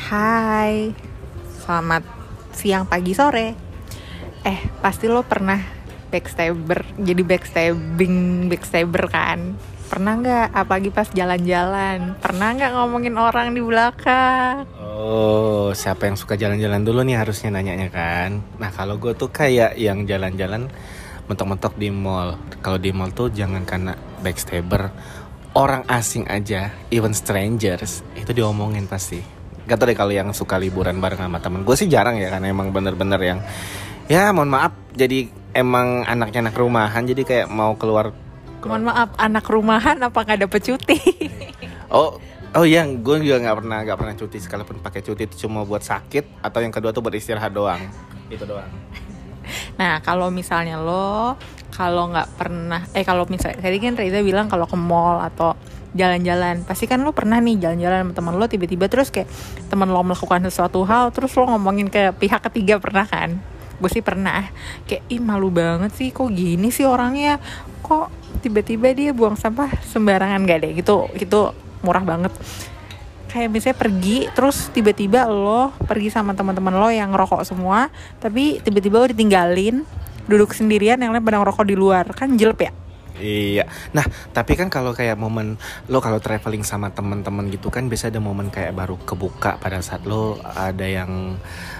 Hai, selamat siang, pagi, sore. Pasti lo pernah backstabber kan? Pernah nggak? Apalagi pas jalan-jalan. Pernah nggak ngomongin orang di belakang? Oh, siapa yang suka jalan-jalan dulu nih harusnya nanyanya kan. Nah, kalau gue tuh kayak yang jalan-jalan mentok-mentok di mall. Kalau di mall tuh jangan karena backstabber, orang asing aja, even strangers, itu diomongin pasti. Gak tau deh kalau yang suka liburan bareng sama temen. Gue sih jarang ya, karena emang bener-bener yang, ya mohon maaf, jadi emang anaknya anak rumahan, jadi kayak mau keluar. Mohon maaf, anak rumahan apa nggak dapet cuti? Oh iya, gue juga nggak pernah cuti, sekalipun pakai cuti itu cuma buat sakit atau yang kedua tuh beristirahat doang. Itu doang. Nah, kalau misalnya kalau misalnya tadi kan Reza bilang kalau ke mall atau jalan-jalan, pasti kan lo pernah nih jalan-jalan sama teman lo, tiba-tiba terus kayak teman lo melakukan sesuatu hal, terus lo ngomongin ke pihak ketiga, pernah kan? Gue sih pernah, kayak malu banget sih, kok gini sih orangnya, kok tiba-tiba dia buang sampah sembarangan. Gak deh, gitu murah banget. Kayak misalnya pergi, terus tiba-tiba lo pergi sama teman-teman lo yang rokok semua, tapi tiba-tiba lo ditinggalin duduk sendirian, yang lain pada ngerokok di luar, kan jelek ya. Iya. Nah, tapi kan kalau kayak momen lo kalau traveling sama teman-teman gitu kan biasa ada momen kayak baru kebuka pada saat lo ada yang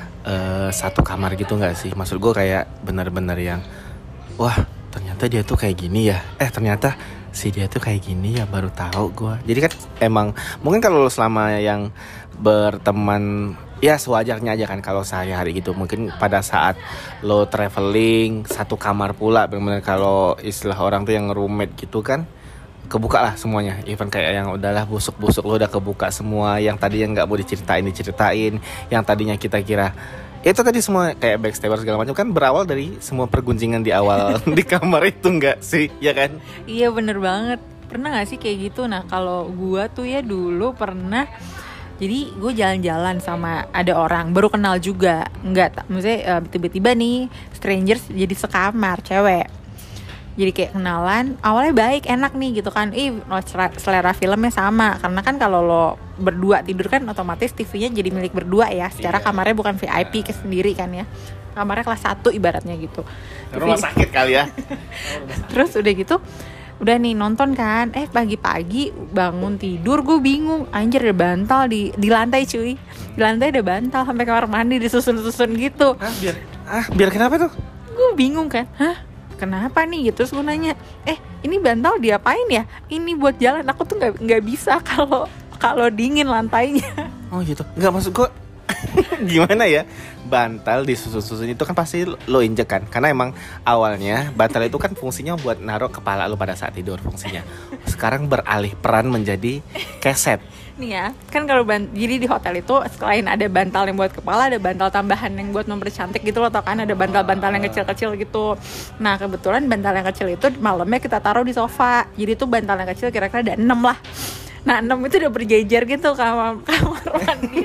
satu kamar gitu nggak sih? Maksud gue kayak benar-benar yang wah, ternyata dia tuh kayak gini ya. Ternyata si dia tuh kayak gini ya, baru tahu gue. Jadi kan emang mungkin kalau lo selama yang berteman ya sewajarnya aja kan, kalau sehari-hari gitu. Mungkin pada saat lo traveling satu kamar pula, benar-benar kalau istilah orang tuh yang roommate gitu kan, kebuka lah semuanya. Even kayak yang udahlah busuk-busuk lo udah kebuka semua, yang tadi yang nggak mau diceritain, yang tadinya kita kira itu tadi semua kayak backstabber segala macam kan berawal dari semua pergunjingan di awal di kamar itu, nggak sih, ya kan? Iya, bener banget. Pernah gak sih kayak gitu? Nah, kalau gue tuh ya dulu pernah. Jadi gue jalan-jalan sama ada orang baru kenal juga, maksudnya tiba-tiba nih strangers jadi sekamar, cewek. Jadi kayak kenalan, awalnya baik, enak nih gitu kan. Selera filmnya sama, karena kan kalau lo berdua tidur kan otomatis TV-nya jadi milik berdua ya. Secara kamarnya bukan VIP ke sendiri kan ya. Kamarnya kelas 1 ibaratnya gitu. Rumah sakit kali ya. Terus udah gitu, udah nih nonton kan, pagi-pagi bangun tidur gue bingung, anjir ada bantal di lantai cuy. Di lantai ada bantal, sampai kamar mandi disusun-susun gitu. Biar kenapa tuh? Gue bingung kan, kenapa nih gitu. Terus gue nanya, ini bantal diapain ya? Ini buat jalan, aku tuh nggak bisa kalau dingin lantainya. Oh gitu, nggak, maksud gue gimana ya, bantal disusun-susun itu kan pasti lo injek kan, karena emang awalnya bantal itu kan fungsinya buat naruh kepala lo pada saat tidur fungsinya. Sekarang beralih peran menjadi keset. Nih ya, kan kalau jadi di hotel itu selain ada bantal yang buat kepala, ada bantal tambahan yang buat mempercantik gitu loh, tau kan, ada bantal-bantal yang kecil-kecil gitu. Nah, kebetulan bantal yang kecil itu malamnya kita taruh di sofa. Jadi tuh bantal yang kecil kira-kira ada 6 lah. Nah, 6 itu udah berjejer gitu kamar mandi.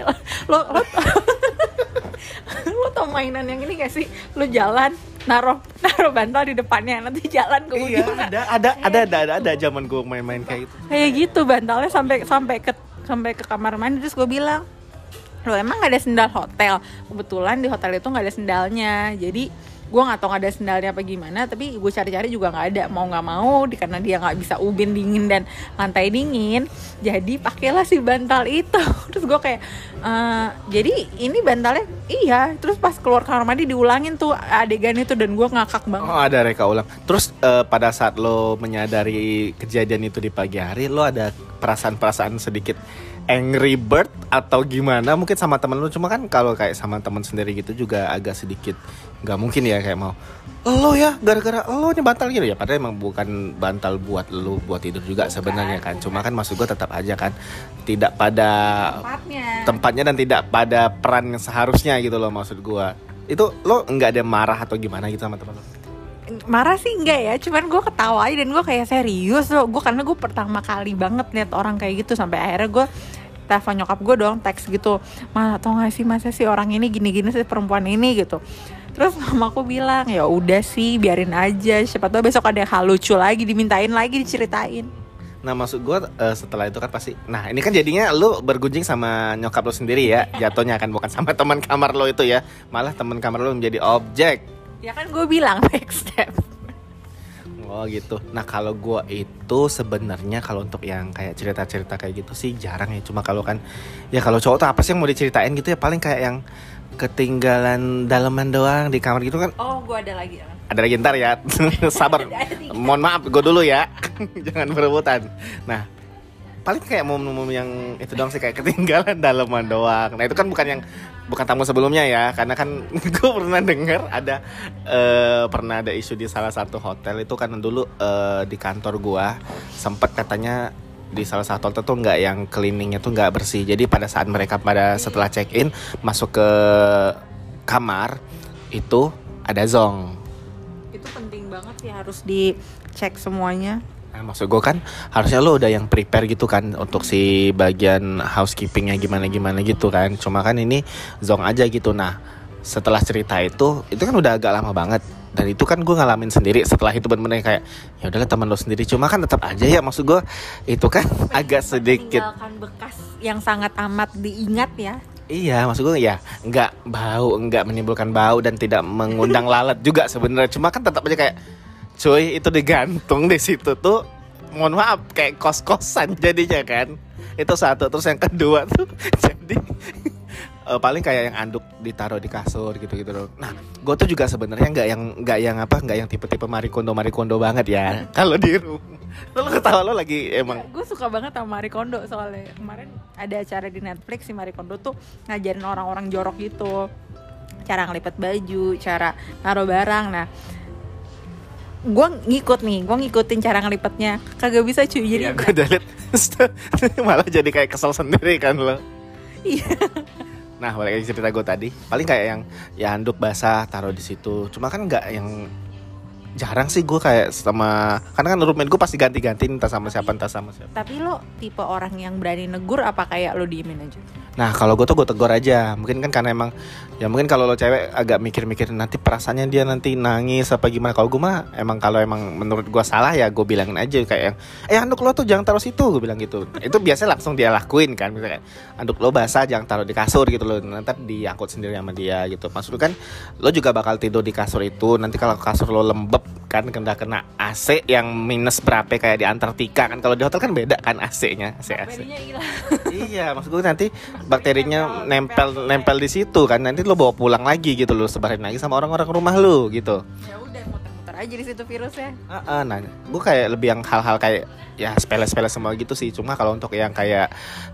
Lo tau mainan yang ini gak sih? Lo jalan, naruh bantal di depannya, nanti jalan ke ujung. Iya, ada zaman gue main-main kayak gitu. Kayak gitu bantalnya sampai ke kamar mandi. Terus gue bilang, lo emang gak ada sendal hotel? Kebetulan di hotel itu gak ada sendalnya. Jadi gue gak tau gak ada sendalnya apa gimana, tapi gue cari-cari juga gak ada. Mau gak mau, karena dia gak bisa ubin dingin dan lantai dingin, jadi pakailah si bantal itu. Terus gue kayak jadi ini bantalnya, iya. Terus pas keluar kamar mandi diulangin tuh adegan itu, dan gue ngakak banget. Oh, ada reka ulang. Terus pada saat lo menyadari kejadian itu di pagi hari, lo ada perasaan sedikit angry bird atau gimana? Mungkin sama temen lu, cuma kan kalau kayak sama temen sendiri gitu juga agak sedikit nggak mungkin ya, kayak mau lo ya gara-gara lo nih bantal gitu ya, padahal emang bukan bantal buat lo buat tidur juga sebenarnya kan. Cuma kan maksud gue tetap aja kan tidak pada tempatnya dan tidak pada peran yang seharusnya gitu loh, maksud gue. Itu lo nggak ada marah atau gimana gitu sama temen lo? Marah sih enggak ya, cuman gue ketawa aja, dan gue kayak serius loh. Karena gue pertama kali banget liat orang kayak gitu, sampai akhirnya gue telepon nyokap gue dong, teks gitu, tau gak sih, masa sih orang ini gini-gini sih, perempuan ini gitu. Terus mamaku bilang, ya udah sih biarin aja, siapa tahu besok ada hal lucu lagi, dimintain lagi, diceritain. Nah maksud gue setelah itu kan pasti, nah ini kan jadinya lu bergunjing sama nyokap lu sendiri ya, jatuhnya kan bukan sama teman kamar lo itu ya, malah teman kamar lo menjadi objek. Ya kan gue bilang next step. Oh gitu. Nah kalau gue itu sebenarnya kalau untuk yang kayak cerita-cerita kayak gitu sih jarang ya. Cuma kalau kan, ya kalau cowok tuh apa sih yang mau diceritain gitu ya, paling kayak yang ketinggalan daleman doang di kamar gitu kan. Oh gue ada lagi. Ada lagi ntar ya. Sabar. Mohon maaf gue dulu ya. Jangan berebutan. Nah paling kayak momen-momen yang itu doang sih, kayak ketinggalan daleman doang. Nah itu kan bukan tamu sebelumnya ya, karena kan gue pernah dengar pernah ada isu di salah satu hotel itu kan dulu di kantor gue sempet katanya di salah satu hotel tuh nggak, yang cleaningnya tuh nggak bersih. Jadi pada saat mereka setelah check in masuk ke kamar itu ada zong. Itu penting banget sih, harus dicek semuanya. Nah, maksud gue kan harusnya lo udah yang prepare gitu kan untuk si bagian housekeepingnya gimana gitu kan. Cuma kan ini zong aja gitu. Nah setelah cerita itu kan udah agak lama banget. Dan itu kan gue ngalamin sendiri. Setelah itu bener-bener kayak ya udahlah teman lo sendiri. Cuma kan tetap aja ya, maksud gue itu kan agak sedikit meninggalkan bekas yang sangat amat diingat ya. Iya, maksud gue ya nggak bau, nggak menimbulkan bau dan tidak mengundang lalat juga sebenarnya. Cuma kan tetap aja kayak, cuy itu digantung di situ tuh, mohon maaf kayak kos-kosan jadinya kan. Itu satu. Terus yang kedua tuh jadi paling kayak yang anduk ditaruh di kasur gitu loh. Nah, gue tuh juga sebenarnya nggak yang tipe-tipe Marie Kondo banget ya. Kalau di rumah, lo ketawa lo lagi emang. Gue suka banget sama Marie Kondo, soalnya kemarin ada acara di Netflix si Marie Kondo tuh ngajarin orang-orang jorok gitu, cara ngelipet baju, cara naruh barang. Nah gue ngikutin cara ngelipetnya, kagak bisa cuy. Jadi ya, gue udah liat malah jadi kayak kesel sendiri kan lo. Iya. Nah balik lagi cerita gue tadi, paling kayak yang ya handuk basah taruh di situ. Cuma kan nggak yang jarang sih gue kayak sama, karena kan roommate gue pasti ganti-ganti entah sama siapa. Tapi lo tipe orang yang berani negur apa kayak lo diemin aja? Nah kalau gue tegur aja. Mungkin kan karena emang ya mungkin kalau lo cewek agak mikir-mikir nanti perasaannya dia nanti nangis apa gimana. Kalau gue mah emang kalau emang menurut gue salah ya gue bilangin aja kayak handuk lo tuh jangan taruh situ, gue bilang gitu. Itu biasanya langsung dia lakuin kan, misalnya handuk lo basah jangan taruh di kasur gitu loh, nanti diangkut sendiri sama dia gitu. Maksudnya kan lo juga bakal tidur di kasur itu, nanti kalau kasur lo lembab kan kena AC yang minus berapa kayak di Antartika kan. Kalau di hotel kan beda kan AC-nya, AC. Iya, maksud gue nanti bakterinya nempel di situ kan, nanti lo bawa pulang lagi gitu, lo sebarin lagi sama orang-orang rumah lo gitu. Ya udah muter-muter aja di situ virusnya. Nah, gue kayak lebih yang hal-hal kayak ya sepele-sepele semua gitu sih. Cuma kalau untuk yang kayak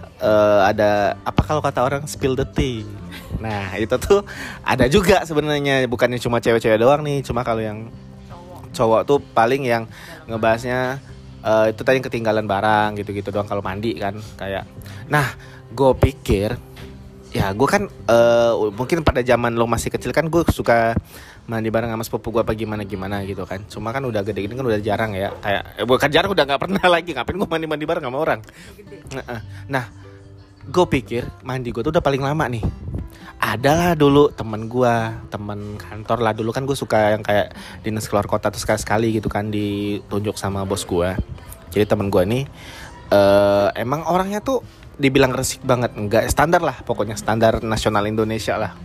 ada apa kalau kata orang spill the tea. Nah, itu tuh ada juga sebenarnya, bukannya cuma cewek-cewek doang nih. Cuma kalau yang cowok tuh paling yang ngebahasnya itu tadi ketinggalan barang gitu-gitu doang kalau mandi kan kayak. Nah, gue pikir ya gue kan mungkin pada zaman lo masih kecil kan gue suka mandi bareng sama sepupu gue apa gimana gitu kan. Cuma kan udah gede-gede kan udah jarang ya, kayak bukan jarang, udah nggak pernah lagi. Ngapain gue mandi bareng sama orang. Nah gue pikir mandi gue tuh udah paling lama nih. Adalah dulu temen kantor lah, dulu kan gue suka yang kayak dinas keluar kota tuh sekali gitu kan, ditunjuk sama bos gue. Jadi temen gue nih emang orangnya tuh dibilang resik banget, enggak standar lah, pokoknya standar nasional Indonesia lah.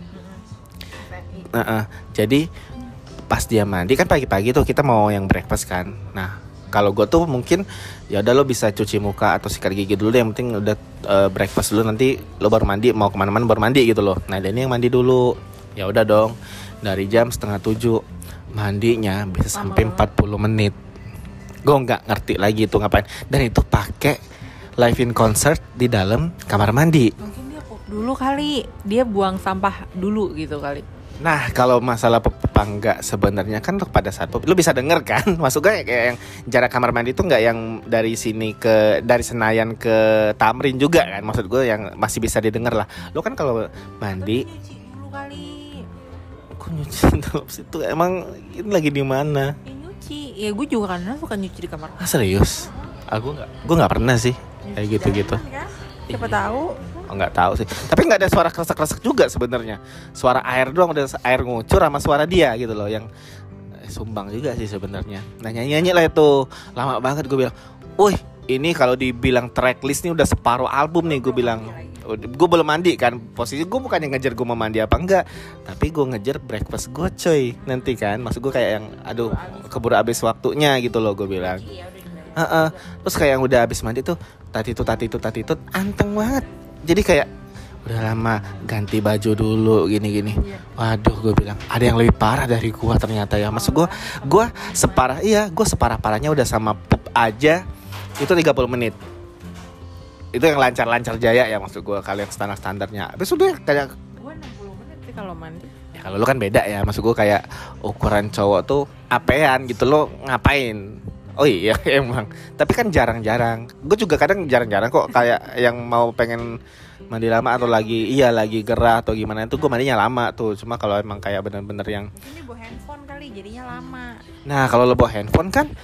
Jadi pas dia mandi kan pagi-pagi tuh kita mau yang breakfast kan. Nah kalau gue tuh mungkin ya udah lo bisa cuci muka atau sikat gigi dulu deh, yang penting udah breakfast dulu, nanti lo baru mandi, mau kemana-mana baru mandi gitu loh. Nah dan ini yang mandi dulu, ya udah dong, dari jam 6:30 mandinya bisa sampai 40 menit. Gue nggak ngerti lagi itu ngapain, dan itu pakai live in concert di dalam kamar mandi. Mungkin dia pop dulu kali, dia buang sampah dulu gitu kali. Nah kalau masalah apa enggak sebenarnya kan pada saat pop lu bisa denger kan, maksudnya kayak yang jarak kamar mandi itu nggak yang dari Senayan ke Tamrin juga kan, maksud gue yang masih bisa didengar lah. Lu kan kalau mandi nyuci dulu kali. Kok nyuci dalam situ, emang ini lagi di mana? Ya nyuci, ya gue juga kan suka nyuci di kamar. Serius? Gue nggak pernah sih kayak gitu-gitu. Kan? Siapa tahu. Nggak tahu sih, tapi nggak ada suara kresek-kresek juga sebenarnya, suara air doang, ada air ngucur sama suara dia gitu loh, yang sumbang juga sih sebenarnya. Nah nyanyi lah itu lama banget, gue bilang, woi ini kalau dibilang tracklist nih udah separuh album nih gue bilang. Gue belum mandi kan, posisi gue bukannya ngejar gue mau mandi apa enggak, tapi gue ngejar breakfast gue coy nanti kan. Maksud gue kayak yang aduh keburu abis waktunya gitu loh gue bilang. Terus kayak yang udah abis mandi tuh tati itu anteng banget. Jadi kayak udah lama ganti baju dulu gini. Waduh gue bilang ada yang lebih parah dari gue ternyata ya. Maksud gue separah parahnya udah sama pup aja itu 30 menit. Itu yang lancar jaya ya maksud gue, kalian standarnya. Habis udah kayak gue 60 menit sih kalau mandi. Ya kalau lu kan beda ya, maksud gue kayak ukuran cowok tuh apean gitu, lo ngapain? Oh iya emang. Tapi kan jarang-jarang. Gue juga kadang jarang-jarang kok kayak yang mau pengen mandi lama atau lagi gerah atau gimana itu gue mandinya lama tuh. Cuma kalau emang kayak bener-bener yang ini bawa handphone kali jadinya lama. Nah kalau lo bawa handphone kan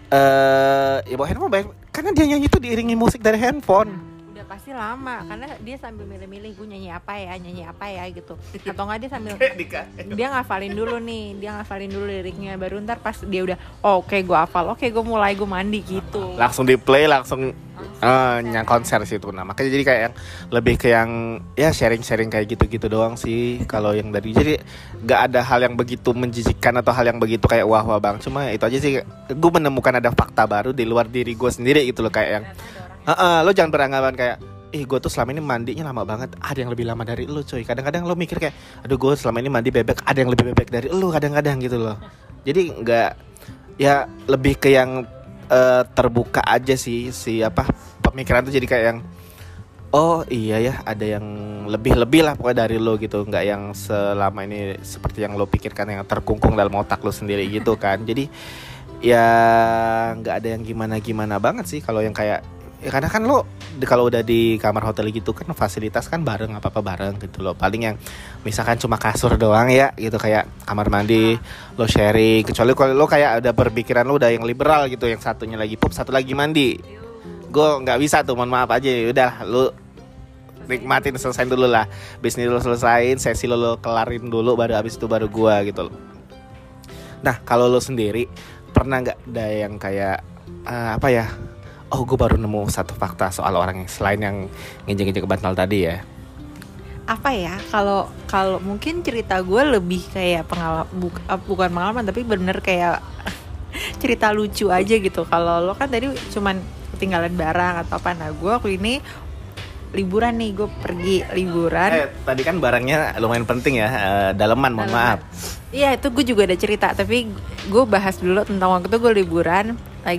ya bawa handphone baik, karena dia nyanyi tuh diiringi musik dari handphone. Udah pasti lama karena dia sambil milih-milih gue nyanyi apa ya gitu. Atau enggak dia sambil dia ngafalin dulu liriknya, baru ntar pas dia udah oke, gue hafal, gue mulai gue mandi gitu. Langsung di play langsung yang konser situ. Nah makanya jadi kayak yang lebih ke yang ya sharing kayak gitu doang sih. Kalau yang dari jadi nggak ada hal yang begitu menjijikkan atau hal yang begitu kayak wah bang. Cuma itu aja sih, gue menemukan ada fakta baru di luar diri gue sendiri gitu loh, kayak yang lo jangan beranggapan kayak gue tuh selama ini mandinya lama banget, ada yang lebih lama dari lo coy. Kadang-kadang lo mikir kayak aduh gue selama ini mandi bebek, ada yang lebih bebek dari lo kadang-kadang gitu loh. Jadi nggak, ya lebih ke yang terbuka aja sih pemikiran tuh, jadi kayak yang oh iya ya ada yang lebih lah pokoknya dari lo gitu, nggak yang selama ini seperti yang lo pikirkan yang terkungkung dalam otak lo sendiri gitu kan. Jadi ya nggak ada yang gimana banget sih kalau yang kayak ya, karena kan lo kalau udah di kamar hotel gitu kan fasilitas kan bareng apa bareng gitu loh. Paling yang misalkan cuma kasur doang ya gitu, kayak kamar mandi lo sharing, kecuali kalau lo kayak ada berpikiran lo udah yang liberal gitu, yang satunya lagi pup satu lagi mandi. Gue nggak bisa tuh, mohon maaf aja. Udah lo nikmatin, selesain dulu lah bisnis lo, selesain sesi lo kelarin dulu, baru abis itu baru gue gitu loh. Nah kalau lo sendiri pernah nggak ada yang kayak oh gue baru nemu satu fakta soal orang yang selain yang nginjek-nginjek bantal tadi ya. Apa ya, kalau mungkin cerita gue lebih kayak bukan pengalaman tapi bener kayak cerita lucu aja gitu. Kalau lo kan tadi cuman ketinggalan barang atau apa, nah gue waktu ini liburan nih, gue pergi liburan. Tadi kan barangnya lumayan penting ya, daleman, mohon maaf. Iya itu gue juga ada cerita, tapi gue bahas dulu tentang waktu itu gue liburan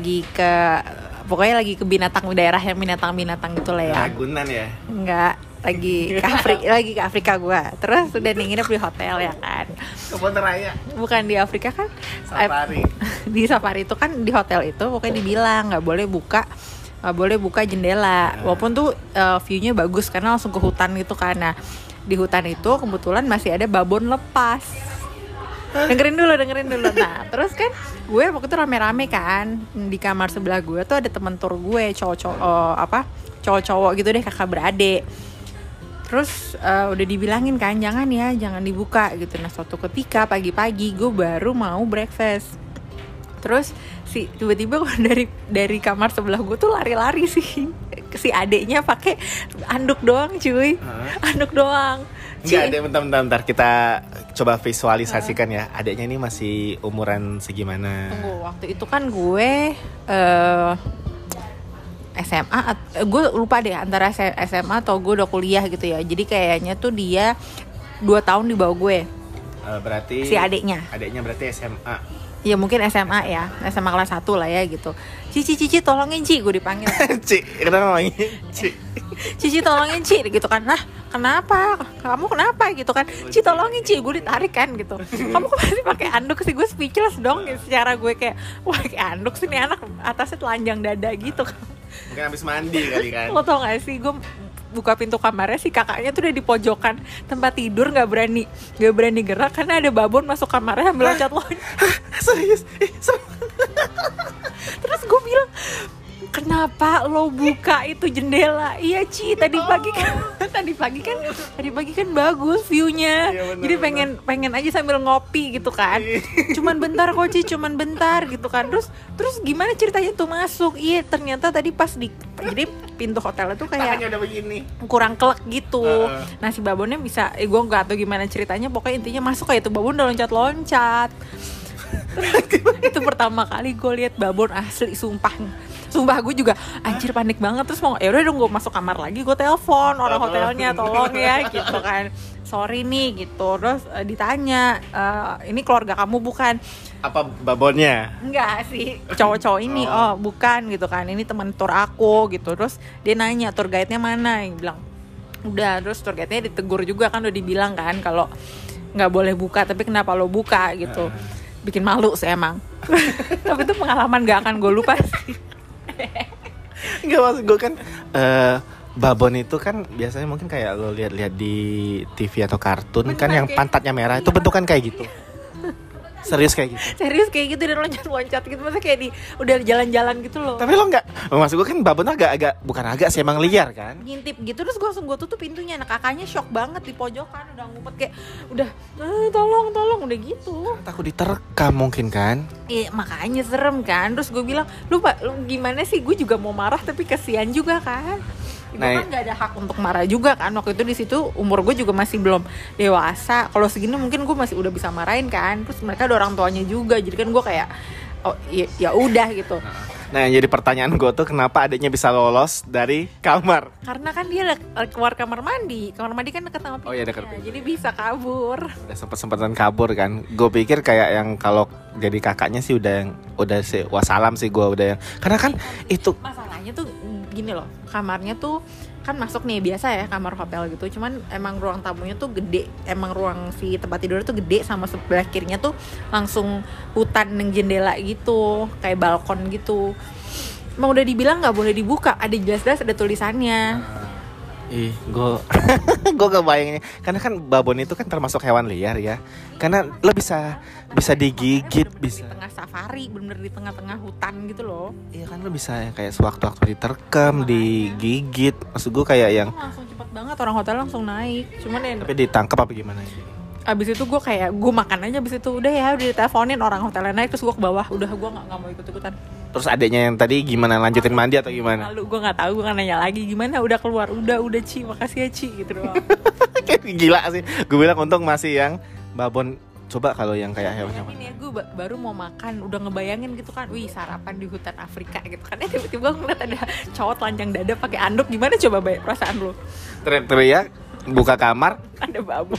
pokoknya lagi ke daerah yang binatang gitu lah ya. Ragunan ya? Enggak, lagi ke Afrika gue. Terus udah nginep di hotel ya kan. Kebun raya? Bukan, di Afrika kan. Safari. Di safari itu kan di hotel itu pokoknya dibilang nggak boleh buka jendela. Walaupun tuh view-nya bagus karena langsung ke hutan gitu kan. Nah di hutan itu kebetulan masih ada babon lepas. Dengerin dulu. Nah terus kan gue waktu itu rame-rame kan, di kamar sebelah gue tuh ada temen tur gue cowok-cowok gitu deh, kakak beradik. Terus udah dibilangin kan jangan dibuka gitu. Nah suatu ketika pagi-pagi gue baru mau breakfast, terus tiba-tiba dari kamar sebelah gue tuh lari-lari si adeknya pakai anduk doang cuy. Anduk doang. Enggak, bentar kita coba visualisasikan ya. Adeknya ini masih umuran segimana? Tunggu, waktu itu kan gue SMA, gue lupa deh antara SMA atau gue udah kuliah gitu ya. Jadi kayaknya tuh dia 2 tahun di bawah gue. Berarti si adeknya berarti SMA. Ya mungkin SMA ya, SMA kelas 1 lah ya gitu. Cici tolongin Ci, gue dipanggil. Kenapa ngomongin Cici tolongin Ci gitu kan. Nah kenapa? Kamu kenapa gitu kan? Ci tolongin Ci, gue ditarik kan gitu. Kamu kok masih pakai anduk sih? Gue speechless dong gitu. Secara gue kayak wah pakai anduk sih nih anak, atasnya telanjang dada gitu kan. Mungkin habis mandi kali kan. Lo tau gak sih, gue buka pintu kamarnya, si kakaknya tuh udah di pojokan tempat tidur, nggak berani gerak karena ada babon masuk kamarnya sambil loncat-loncat. Serius? Terus gue bilang kenapa lo buka itu jendela? Iya Ci, tadi pagi kan bagus view-nya. Iya, bener, jadi pengen aja sambil ngopi gitu kan. Cuman bentar kok Ci, cuman bentar gitu kan. Terus gimana ceritanya tuh masuk? Iya, ternyata tadi pas jadi pintu hotel itu kayak Tangannya udah begini. kurang kelek gitu. Nah si babonnya bisa, gue nggak tahu gimana ceritanya. Pokoknya intinya masuk kayak itu babon udah loncat-loncat. Itu pertama kali gue lihat babon asli, sumpah gue juga anjir panik banget. Terus mau ya udah dong gue masuk kamar lagi, gue telepon orang hotelnya tolong ya gitu kan, sorry nih gitu. Terus ditanya, ini keluarga kamu bukan? Apa babonnya? Enggak sih, cowok-cowok ini. Oh bukan gitu kan, ini teman tour aku gitu. Terus dia nanya tour guide-nya mana, yang bilang udah. Terus tour guide-nya ditegur juga kan, udah dibilang kan kalau nggak boleh buka, tapi kenapa lo buka gitu. Bikin malu sih emang. Tapi itu pengalaman gak akan gue lupa sih. Enggak, maksud gue kan babon itu kan biasanya mungkin kayak lo lihat-lihat di TV atau kartun. Bener, kan yang pantatnya merah itu bentukan kayak gitu. Serius kayak gitu Dan loncat-loncat gitu. Maksudnya kayak udah jalan-jalan gitu loh. Tapi lo enggak, maksud gue kan babon agak bukan agak sih, emang liar kan. Ngintip gitu. Terus gue langsung tutup pintunya. Nah kakaknya shock banget di pojokan, udah ngumpet kayak udah tolong udah gitu. Takut diterkam mungkin kan. Iya makanya serem kan. Terus gue bilang lu gimana sih, gue juga mau marah tapi kasihan juga kan. Gue kan gak ada hak untuk marah juga kan. Waktu itu di situ umur gue juga masih belum dewasa. Kalau segini mungkin gue masih udah bisa marahin kan. Terus mereka ada orang tuanya juga. Jadi kan gue kayak oh ya udah gitu. Nah yang jadi pertanyaan gue tuh kenapa adiknya bisa lolos dari kamar? Karena kan dia keluar kamar mandi. Kamar mandi kan dekat sama pintunya. Oh iya dekat. Jadi bisa kabur. Udah sempet-sempetan kabur kan. Gue pikir kayak yang kalau jadi kakaknya sih udah sih wassalam sih gue udah yang. Karena kan itu masalahnya tuh gini loh, kamarnya tuh kan masuk nih biasa ya kamar hotel gitu, cuman emang ruang tamunya tuh gede, emang ruang si tempat tidur tuh gede, sama sebelah kirinya tuh langsung hutan yang jendela gitu, kayak balkon gitu. Emang udah dibilang nggak boleh dibuka, ada jelas-jelas ada tulisannya. Gue kebayangnya karena kan babon itu kan termasuk hewan liar ya, karena lo bisa digigit, bisa di tengah safari, bener di tengah-tengah hutan gitu loh. Iya kan, lo bisa kayak sewaktu-waktu diterkam, digigit. Maksud gue kayak yang langsung cepet banget, orang hotel langsung naik. Cuman ya tapi ditangkap apa gimana ini? Abis itu gue makan aja abis itu. Udah ya, udah diteleponin orang hotelnya naik. Terus gue ke bawah, udah gue gak mau ikut-ikutan. Terus adiknya yang tadi gimana, lanjutin mandi atau gimana? Lalu gue gak tahu, gue kan nanya lagi gimana, udah keluar, udah Ci, makasih ya Ci gitu doang. Gila sih, gue bilang untung masih yang babon. Coba kalau yang kayak hewan-hewan. Ini ya gue baru mau makan, udah ngebayangin gitu kan, wih sarapan di hutan Afrika gitu kan. Tiba-tiba gue ngeliat ada cowok telanjang dada pakai anduk, gimana coba perasaan lo? Teriak-teriak, buka kamar, ada babon.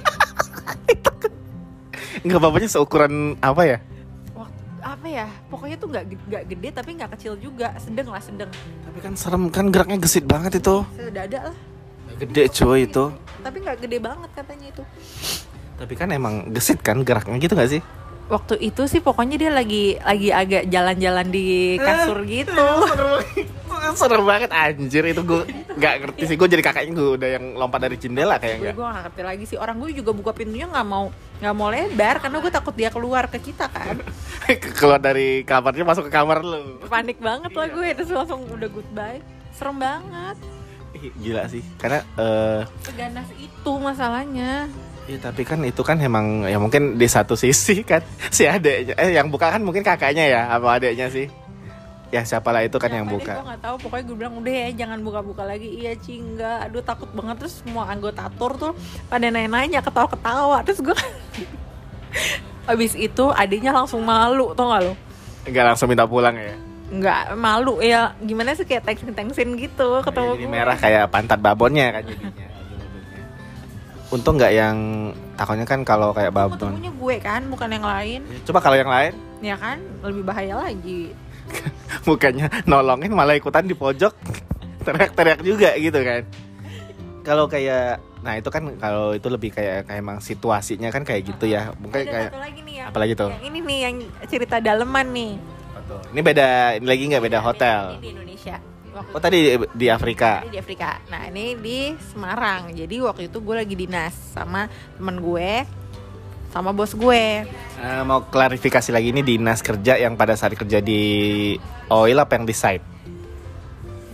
Enggak, babonnya seukuran apa ya? Apa ya, pokoknya tuh nggak gede tapi nggak kecil juga, sedang. Tapi kan serem kan, geraknya gesit banget itu. Sedada lah. Gede cuy itu. Tapi nggak gede banget katanya itu. Tapi kan emang gesit kan geraknya gitu nggak sih? Waktu itu sih pokoknya dia lagi agak jalan-jalan di kasur gitu. Serem banget anjir, itu gue nggak ngerti sih. Gue jadi kakaknya, gue udah yang lompat dari jendela kayaknya. Gue nggak ngerti lagi sih. Orang gue juga buka pintunya nggak mau lebar karena gue takut dia keluar ke kita kan. Keluar dari kamarnya masuk ke kamar lu. Panik banget lah gue, terus langsung udah goodbye. Serem banget. Gila sih, karena seganas itu masalahnya. Iya, tapi kan itu kan emang ya mungkin di satu sisi kan si adeknya, yang buka kan mungkin kakaknya ya, apa adeknya sih? Ya siapalah itu kan yang buka. Gue nggak tahu, pokoknya gue bilang udah ya jangan buka-buka lagi. Iya Ci, enggak, aduh takut banget. Terus semua anggota tour tuh pada nanya-nanya, ketawa-ketawa. Terus gue abis itu adiknya langsung malu, tau gak lo? Enggak, langsung minta pulang ya? Enggak, malu ya, gimana sih, kayak tengsin gitu ketemu jadi gue. merah kayak pantat babonnya kan jadinya. Untung nggak yang takutnya kan kalau kayak babon. Ketemunya gue kan, bukan yang lain. Coba kalau yang lain? Ya kan, lebih bahaya lagi. Bukannya nolongin malah ikutan di pojok teriak-teriak juga gitu kan. Kalau kayak, nah itu kan kalau itu lebih kayak emang situasinya kan kayak gitu ya. Mungkin ada kayak satu lagi nih, apalagi tuh? Yang ini nih yang cerita daleman nih. Ini beda, ini lagi nggak beda hotel. Ini di Indonesia. Oh tadi di Afrika. Tadi di Afrika. Nah ini di Semarang. Jadi waktu itu gue lagi dinas sama temen gue, sama bos gue. Mau klarifikasi lagi, ini dinas kerja yang pada saat kerja di oil apa yang di site?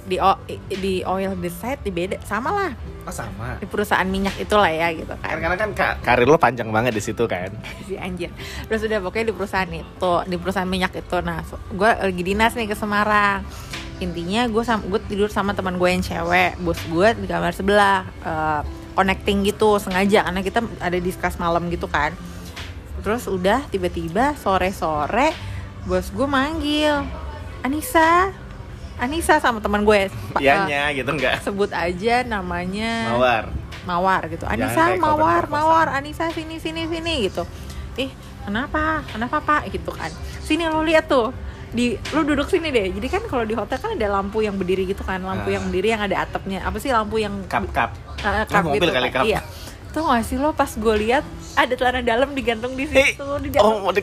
di oil beside di beda sama lah Oh sama. di perusahaan minyak itulah ya gitu kan. Karena kan karir lo panjang banget di situ kan. Si anjir. Terus udah pokoknya di perusahaan minyak itu. Nah, gue lagi dinas nih ke Semarang. Intinya gue tidur sama teman gue yang cewek, bos gue di kamar sebelah, connecting gitu sengaja karena kita ada discuss malam gitu kan. Terus udah tiba-tiba sore-sore bos gue manggil Anissa sama teman gue. Ianya gitu enggak? Sebut aja namanya Mawar gitu. Anissa, Mawar, Anissa sini gitu. Kenapa Pak gitu kan. Sini lo lihat tuh. Lu duduk sini deh. Jadi kan kalau di hotel kan ada lampu yang berdiri gitu kan, lampu yang berdiri yang ada atapnya. Apa sih lampu yang kap mobil gitu kali, kap. Iya. Tuh nggak sih lo pas gue lihat ada celana dalam digantung di situ di dalam. Oh,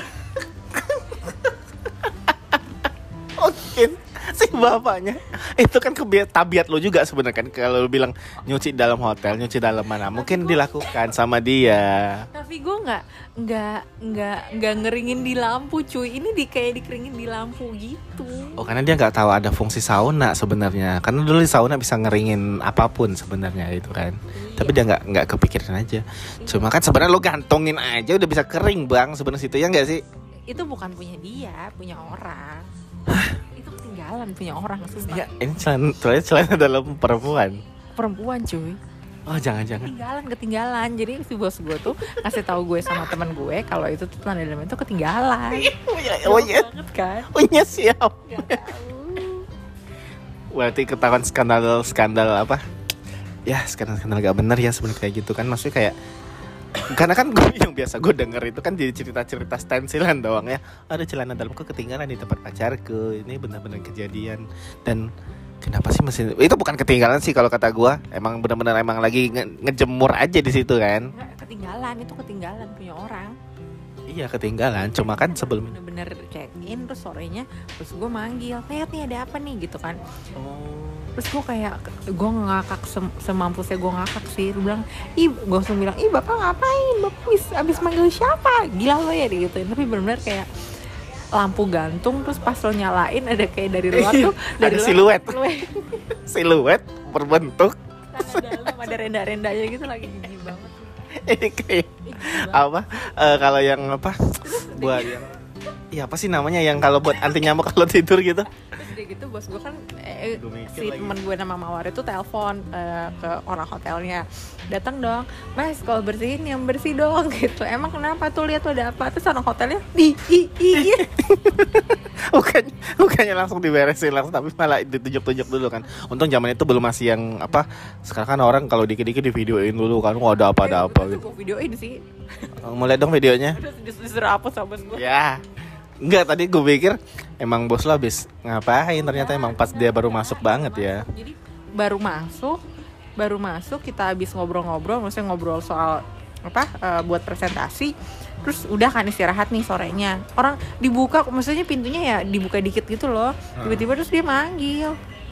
mungkin si bapaknya itu kan tabiat lo juga sebenarnya kan, kalau lo bilang nyuci dalam hotel, nyuci dalam mana mungkin dilakukan sama dia. Tapi gue nggak ngeringin di lampu cuy, ini kayak dikeringin di lampu gitu. Oh karena dia nggak tahu ada fungsi sauna sebenarnya, karena dulu di sauna bisa ngeringin apapun sebenarnya itu kan. Iya. Tapi dia nggak kepikiran aja. Cuma kan sebenarnya lo gantungin aja udah bisa kering bang sebenarnya situ, ya nggak sih? Itu bukan punya dia, punya orang. Itu ketinggalan punya orang sumpah. Ya, ini celana dalam perempuan cuy. Oh jangan-jangan ketinggalan. Jadi si bos gue tuh ngasih tahu gue sama teman gue kalau itu tuh celana dalam itu ketinggalan. Oh iya banget kan? Oh iya siap. Berarti ketahuan skandal apa? Ya skandal gak bener ya sebenarnya kayak gitu kan. Maksudnya kayak karena kan gue yang biasa gue denger itu kan jadi cerita-cerita stensilan doang ya. Ada celana dalamku ketinggalan di tempat pacarku. Ini benar-benar kejadian. Dan kenapa sih mesin itu bukan ketinggalan sih kalau kata gue. Emang benar-benar emang lagi ngejemur aja di situ kan. Nggak, ketinggalan punya orang. Iya ketinggalan. Cuma kan sebelum bener-bener check in terus sorenya terus gue manggil, lihat nih ada apa nih gitu kan. Terus gue ngakak semampusnya gue ngakak sih. Gue bilang, gue langsung bilang, bapak ngapain? Bapak abis manggil siapa? Gila lo ya gitu. Tapi benar-benar kayak lampu gantung. Terus pas lo nyalain ada kayak dari luar tuh dari ada siluet berbentuk dalam ada renda-rendanya gitu, lagi jijik banget. Ini kayak apa? Kalau yang apa? Buat yang apa sih namanya yang kalau buat anti nyamuk kalau tidur gitu. Terus dia gitu bos gue kan si teman gue nama Mawar itu telepon ke orang hotelnya, datang dong mas kalau bersihin yang bersih dong gitu. Emang kenapa tuh, lihat tuh ada apa? Terus orang hotelnya bukannya langsung diberesin langsung, tapi malah ditunjuk-tunjuk dulu kan. Untung zaman itu belum masih yang apa, sekarang kan orang kalau dikit-dikit di videoin dulu kan, ada apa gitu. Gue videoin sih. Mulai dong videonya. Terus disuruh hapus sama bos gue. Ya. Enggak, tadi gue pikir emang bos lo habis ngapain, ternyata emang pas dia baru masuk banget ya. Jadi baru masuk kita habis ngobrol-ngobrol, maksudnya ngobrol soal apa buat presentasi. Terus udah kan istirahat nih sorenya. Orang dibuka, maksudnya pintunya ya dibuka dikit gitu loh. Tiba-tiba terus dia manggil.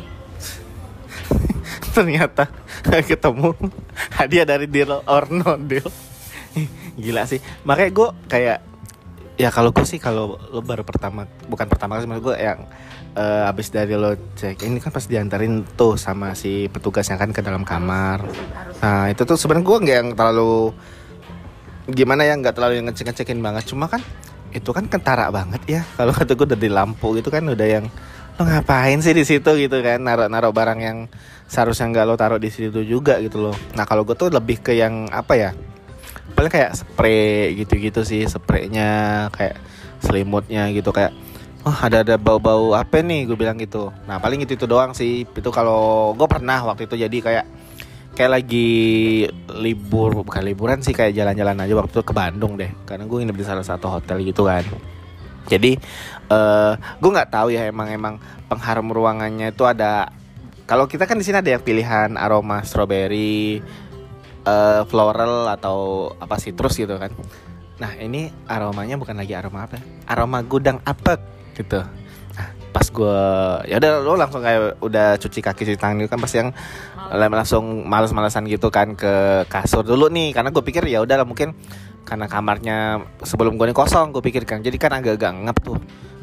Ternyata ketemu hadiah dari deal or no deal. Gila sih. Makanya gue kayak ya kalau gue sih kalau lo baru bukan pertama kali gue yang abis dari lo cek ini kan pas diantarin tuh sama si petugasnya kan ke dalam kamar. Nah itu tuh sebenarnya gue nggak yang terlalu gimana ya, nggak terlalu yang ngecekin banget. Cuma kan itu kan kentara banget ya kalau kata gue dari lampu gitu kan udah yang lo ngapain sih di situ gitu kan, naruh barang yang seharusnya nggak lo taruh di situ juga gitu loh. Nah kalau gue tuh lebih ke yang apa ya, paling kayak spray gitu-gitu sih, spraynya kayak selimutnya gitu, kayak ada bau-bau apa nih gue bilang gitu. Nah paling itu doang sih. Itu kalau gue pernah waktu itu jadi kayak lagi bukan liburan sih, kayak jalan-jalan aja waktu itu ke Bandung deh, karena gue nginep di salah satu hotel gitu kan. Jadi gue nggak tahu ya emang pengharum ruangannya itu ada. Kalau kita kan di sini ada yang pilihan aroma strawberry, floral atau apa citrus gitu kan. Nah ini aromanya bukan lagi aroma apa, aroma gudang apek gitu. Nah pas gue ya udah lo langsung kayak udah cuci tangan gitu kan, pas yang langsung malas-malasan gitu kan ke kasur dulu nih, karena gue pikir ya udahlah mungkin karena kamarnya sebelum gue ini kosong, gue pikir kan jadi kan agak-agak ngep tuh. Gue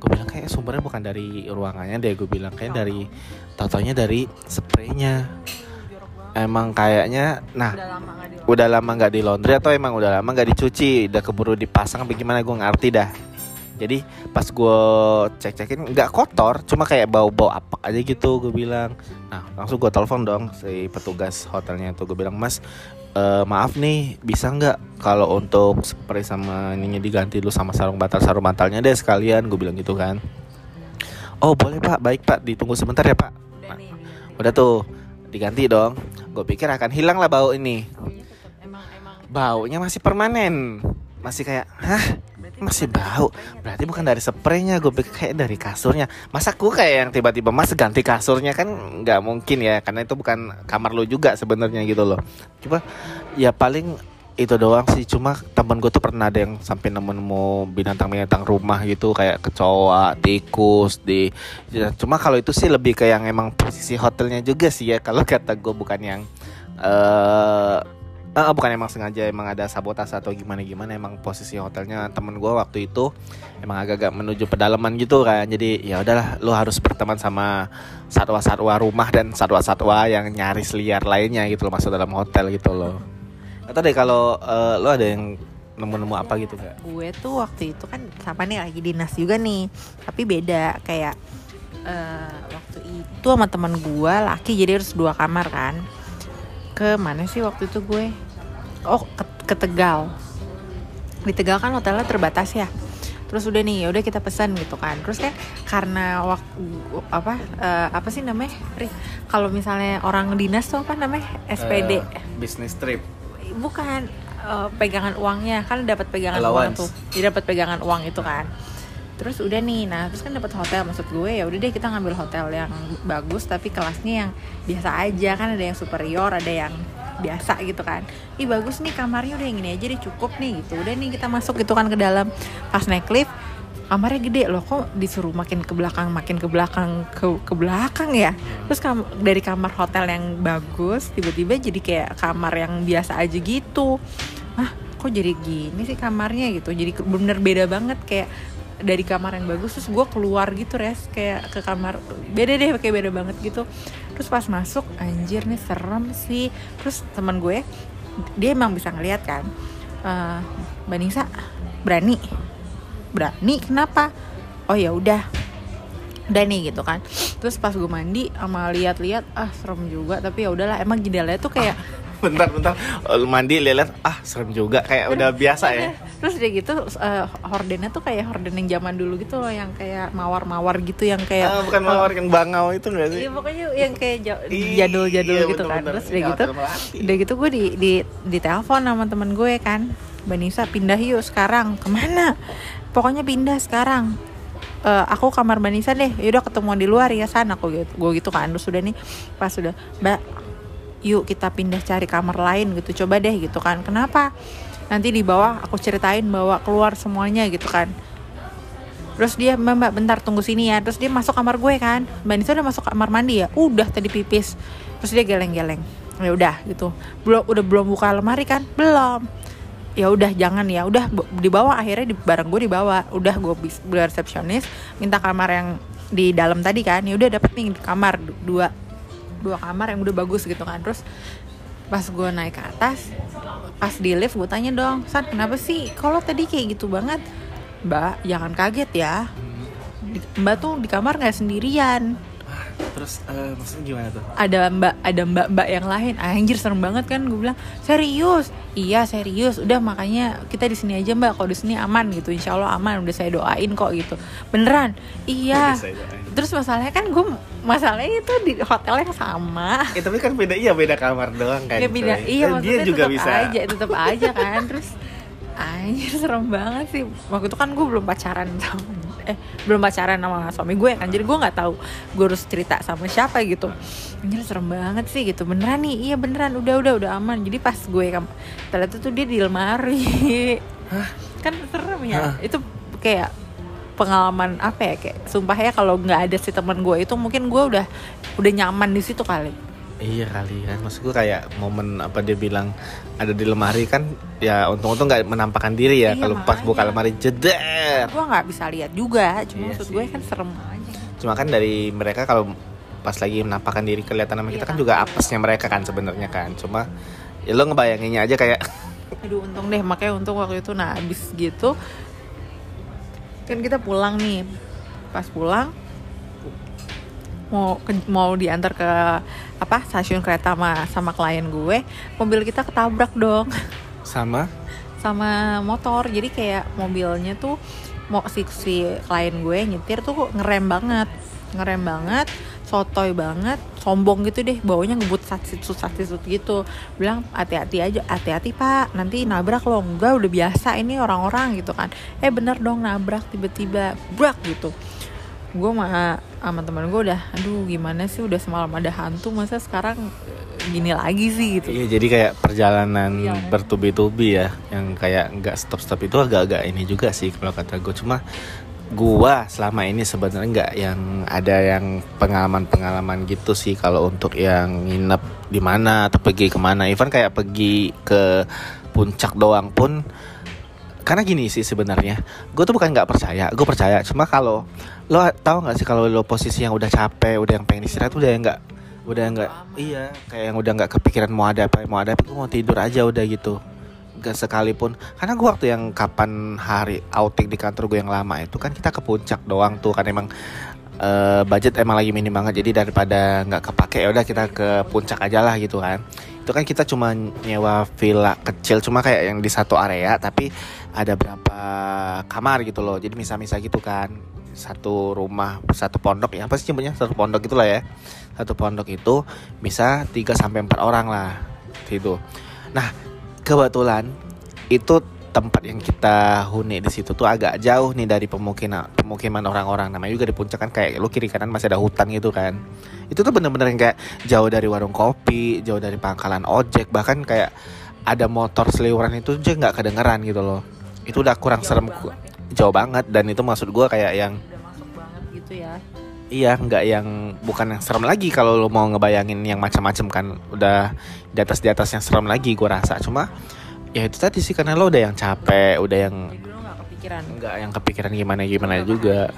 gue bilang kayak sumbernya bukan dari ruangannya deh, gue bilang kayak dari taunya dari spraynya. Emang kayaknya, nah udah lama nggak di laundry atau emang udah lama nggak dicuci, udah keburu dipasang bagaimana gue ngerti dah. Jadi pas gue cek-cekin nggak kotor, cuma kayak bau-bau apa aja gitu, gue bilang. Nah langsung gue telepon dong si petugas hotelnya itu, gue bilang, Mas, maaf nih, bisa nggak kalau untuk spray sama ininya diganti dulu sama sarung bantalnya deh sekalian, gue bilang gitu kan. Oh boleh Pak, baik Pak, ditunggu sebentar ya Pak. Nah, udah tuh diganti dong. Gue pikir akan hilang lah bau ini. Baunya masih permanen, masih kayak masih bau. Berarti bukan dari spraynya, gue pikir kayak dari kasurnya. Masa gue kayak yang tiba-tiba Mas ganti kasurnya, kan nggak mungkin ya, karena itu bukan kamar lo juga sebenarnya gitu loh. Coba ya paling itu doang sih. Cuma temen gue tuh pernah ada yang sampai nemu binatang rumah gitu, kayak kecoa, tikus ya, cuma kalau itu sih lebih ke yang emang posisi hotelnya juga sih ya. Kalau kata gue bukan yang bukan emang sengaja emang ada sabotase atau gimana, emang posisi hotelnya temen gue waktu itu emang agak-agak menuju pedalaman gitu kan. Jadi ya udahlah, lu harus berteman sama satwa-satwa rumah dan satwa-satwa yang nyaris liar lainnya gitu loh, masuk dalam hotel gitu loh. Atau deh kalau lu ada yang nemu-nemu apa gitu gak? Gue tuh waktu itu kan sama nih lagi dinas juga nih, tapi beda. Kayak waktu itu sama teman gue laki, jadi harus 2 kamar kan. Ke mana sih waktu itu gue? Ke Tegal. Di Tegal kan hotelnya terbatas ya. Terus udah nih, ya udah kita pesan gitu kan. Terus kan karena waktu apa sih namanya? Kalau misalnya orang dinas tuh apa namanya? SPD. Business trip. Bukan pegangan uangnya, kan dapat pegangan allowance. Uang tuh. Dia dapat pegangan uang itu kan. Terus udah nih, nah terus kan dapat hotel, maksud gue ya udah deh kita ngambil hotel yang bagus tapi kelasnya yang biasa aja, kan ada yang superior, ada yang biasa gitu kan. Ih bagus nih kamarnya, udah yang ini aja deh cukup nih gitu. Udah nih kita masuk gitu kan ke dalam. Pas naik lift, kamarnya gede loh, kok disuruh makin ke belakang ya. Terus dari kamar hotel yang bagus tiba-tiba jadi kayak kamar yang biasa aja gitu. Kok jadi gini sih kamarnya gitu. Jadi bener beda banget, kayak dari kamar yang bagus terus gue keluar gitu kayak ke kamar beda deh, kayak beda banget gitu. Terus pas masuk, anjir nih serem sih. Terus teman gue dia emang bisa ngeliat kan, Mbak Nisa berani kenapa? Oh ya udah nih gitu kan. Terus pas gue mandi sama lihat-lihat, serem juga, tapi ya udahlah, emang jendelanya tuh kayak bentar mandi lihat serem juga, kayak udah biasa ya. Terus dia gitu hordennya tuh kayak horden yang zaman dulu gitu loh, yang kayak mawar-mawar gitu, yang kayak bukan mawar, yang bangau itu enggak sih? Iya pokoknya yang kayak jadul-jadul gitu kan. Terus udah gitu gue di telepon sama temen gue kan, Mbak Nisa pindah yuk sekarang. Kemana? Pokoknya pindah sekarang. Aku kamar Mbak Nisa deh. Yaudah ketemuan di luar ya sana, gue gitu kan. Terus udah nih pas udah, Mbak yuk kita pindah cari kamar lain gitu, coba deh gitu kan. Kenapa? Nanti di bawah aku ceritain, bawa keluar semuanya gitu kan. Terus dia, mbak bentar tunggu sini ya. Terus dia masuk kamar gue kan, Mbak Nisa udah masuk kamar mandi ya, udah tadi pipis. Terus dia geleng-geleng, ya udah gitu, belum buka lemari kan, belum. Ya udah jangan ya, udah dibawa. Akhirnya barang gue dibawa. Udah gue resepsionis minta kamar yang di dalam tadi kan. Ya udah dapet nih kamar dua kamar yang udah bagus gitu kan. Terus pas gue naik ke atas, pas di lift gue tanya dong, San kenapa sih kalau tadi kayak gitu banget? Mbak jangan kaget ya, Mbak tuh di kamar nggak sendirian. Terus maksudnya gimana tuh? Ada mbak yang lain. Anjir serem banget kan. Gue bilang serius, iya serius. Udah makanya kita di sini aja mbak, kalau di sini aman gitu, insya Allah aman. Udah saya doain kok gitu. Beneran? Iya. Terus masalahnya itu di hotel yang sama. Tapi kan beda kamar doang kan. Ya beda. Iya dia juga bisa. Tetap aja kan. Terus anjir serem banget sih. Waktu itu kan gue belum pacaran sama suami gue kan, jadi gue nggak tahu gue harus cerita sama siapa gitu. Anjir serem banget sih gitu. Beneran nih? Iya beneran, udah aman. Jadi pas gue ternyata tuh dia di lemari. Kan serem ya. Itu kayak pengalaman apa ya, kayak sumpah ya kalau nggak ada si teman gue itu mungkin gue udah nyaman di situ kali. Iya kali kan, maksud gue kayak momen apa dia bilang ada di lemari kan, ya untung-untung nggak menampakkan diri ya. Iya, Kalau pas buka makanya. lemari jeder. Gue nggak bisa lihat juga, Iya cuma maksud sih. gue kan serem aja. Cuma kan dari mereka kalau pas lagi menampakkan diri kelihatan sama kita Iya, kan juga apesnya mereka kan sebenarnya kan. Cuma ya lo ngebayanginnya aja kayak Aduh untung deh, makanya untung waktu itu nah abis gitu kan kita pulang nih. Pas pulang mau diantar ke apa stasiun kereta sama klien gue, mobil kita ketabrak dong sama sama motor. Jadi kayak mobilnya tuh mau si klien gue nyetir tuh ngerem banget, sotoy banget, sombong gitu deh, baunya ngebut satsut gitu. Bilang hati-hati pak, nanti nabrak lo. Enggak, udah biasa ini orang-orang gitu kan. Bener dong, nabrak tiba-tiba brak gitu. Gue sama temen gue udah, aduh gimana sih, udah semalam ada hantu, masa sekarang gini lagi sih gitu. iya, jadi kayak perjalanan Iya. bertubi-tubi ya, yang kayak nggak stop-stop itu agak-agak ini juga sih kalau kata gue. Cuma gua selama ini sebenarnya nggak yang ada yang pengalaman-pengalaman gitu sih kalau untuk yang nginep di mana atau pergi kemana. Even kayak pergi ke puncak doang pun, karena gini sih sebenarnya, gue tuh bukan nggak percaya, gue percaya. Cuma kalau lo tahu nggak sih, kalau lo posisi yang udah capek, udah yang pengen istirahat, udah nggak, iya, kayak yang udah nggak kepikiran mau ada apa, gue mau tidur aja udah gitu. Gak sekalipun, karena gue waktu yang kapan hari outing di kantor gue yang lama itu kan kita ke puncak doang tuh kan, emang budget emang lagi minim banget, jadi daripada nggak kepake ya udah kita ke puncak aja lah gitu kan. Itu kan kita cuma nyewa villa kecil, cuma kayak yang di satu area tapi ada berapa kamar gitu loh, jadi misah-misah gitu kan, satu rumah, satu pondok ya, apa sih nyebutnya, satu pondok itulah ya, satu pondok itu bisa 3-4 orang lah gitu. Nah kebetulan itu tempat yang kita huni di situ tuh agak jauh nih dari pemukiman orang-orang. Namanya juga di puncak kan, kayak lu kiri kanan masih ada hutan gitu kan. Itu tuh bener-bener yang kayak jauh dari warung kopi, jauh dari pangkalan ojek, bahkan kayak ada motor seliweran itu aja nggak kedengeran gitu loh. Itu udah kurang serem, jauh banget. Dan itu maksud gue kayak yang Udah masuk banget gitu ya. iya, nggak yang, bukan yang serem lagi kalau lo mau ngebayangin yang macam-macam kan, udah di atas yang serem lagi gue rasa. Cuma ya itu tadi sih, karena lo udah yang capek, udah yang Jadi lo nggak kepikiran. nggak yang kepikiran gimana juga.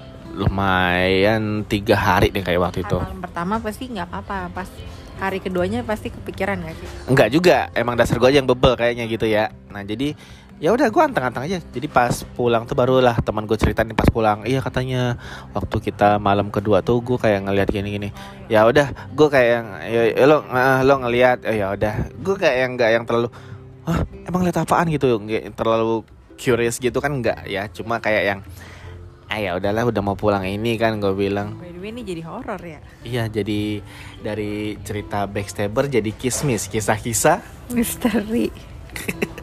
Lumayan 3 hari deh kayak waktu itu. Malam pertama pasti nggak apa-apa, pas hari keduanya pasti kepikiran nggak sih? Enggak juga, emang dasar gue aja yang bebel kayaknya gitu ya. Nah jadi ya udah gue anteng-anteng aja. Jadi pas pulang tuh barulah teman gue ceritain pas pulang, iya katanya waktu kita malam kedua tuh gue kayak ngelihat gini-gini. Ya udah, gue kayak yang ya lo ngelihat, ya udah, gue kayak yang nggak yang terlalu, hah emang lihat apaan gitu, nggak terlalu curious gitu kan, nggak ya. Cuma kayak yang ya udahlah, udah mau pulang ini kan, gue bilang. By the way ini jadi horor ya. Iya, jadi dari cerita backstabber jadi kismis, kisah-kisah Misteri.